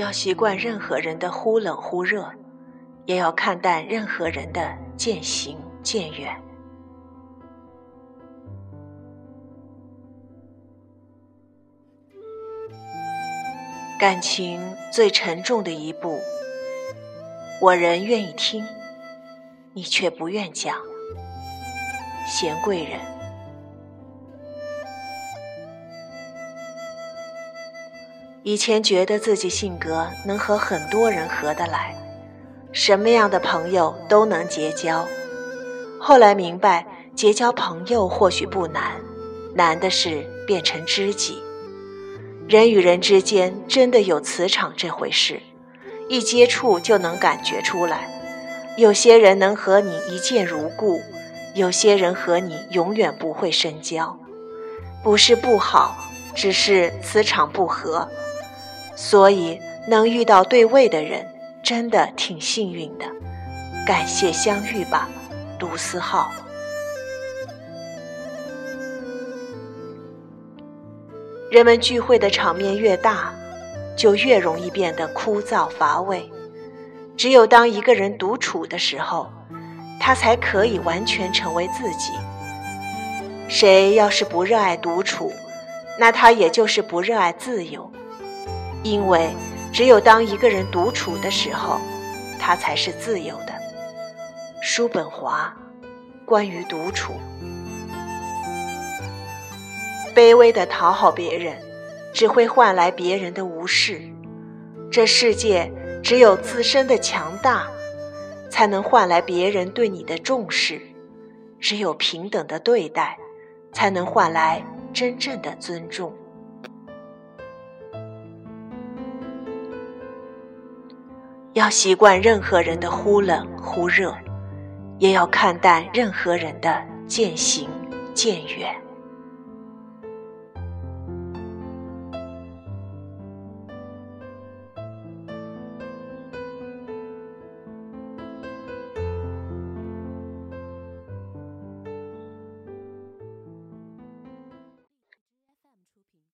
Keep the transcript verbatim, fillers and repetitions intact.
要习惯任何人的忽冷忽热，也要看淡任何人的渐行渐远。感情最沉重的一步，我人愿意听，你却不愿讲。贤贵人。以前觉得自己性格能和很多人合得来，什么样的朋友都能结交。后来明白，结交朋友或许不难，难的是变成知己。人与人之间真的有磁场这回事，一接触就能感觉出来。有些人能和你一见如故，有些人和你永远不会深交。不是不好，只是磁场不合。所以能遇到对位的人，真的挺幸运的。感谢相遇吧，卢思浩。人们聚会的场面越大，就越容易变得枯燥乏味。只有当一个人独处的时候，他才可以完全成为自己。谁要是不热爱独处，那他也就是不热爱自由。因为只有当一个人独处的时候，他才是自由的。叔本华，关于独处。卑微的讨好别人，只会换来别人的无视。这世界只有自身的强大，才能换来别人对你的重视。只有平等的对待，才能换来真正的尊重。要习惯任何人的忽冷忽热，也要看淡任何人的渐行渐远。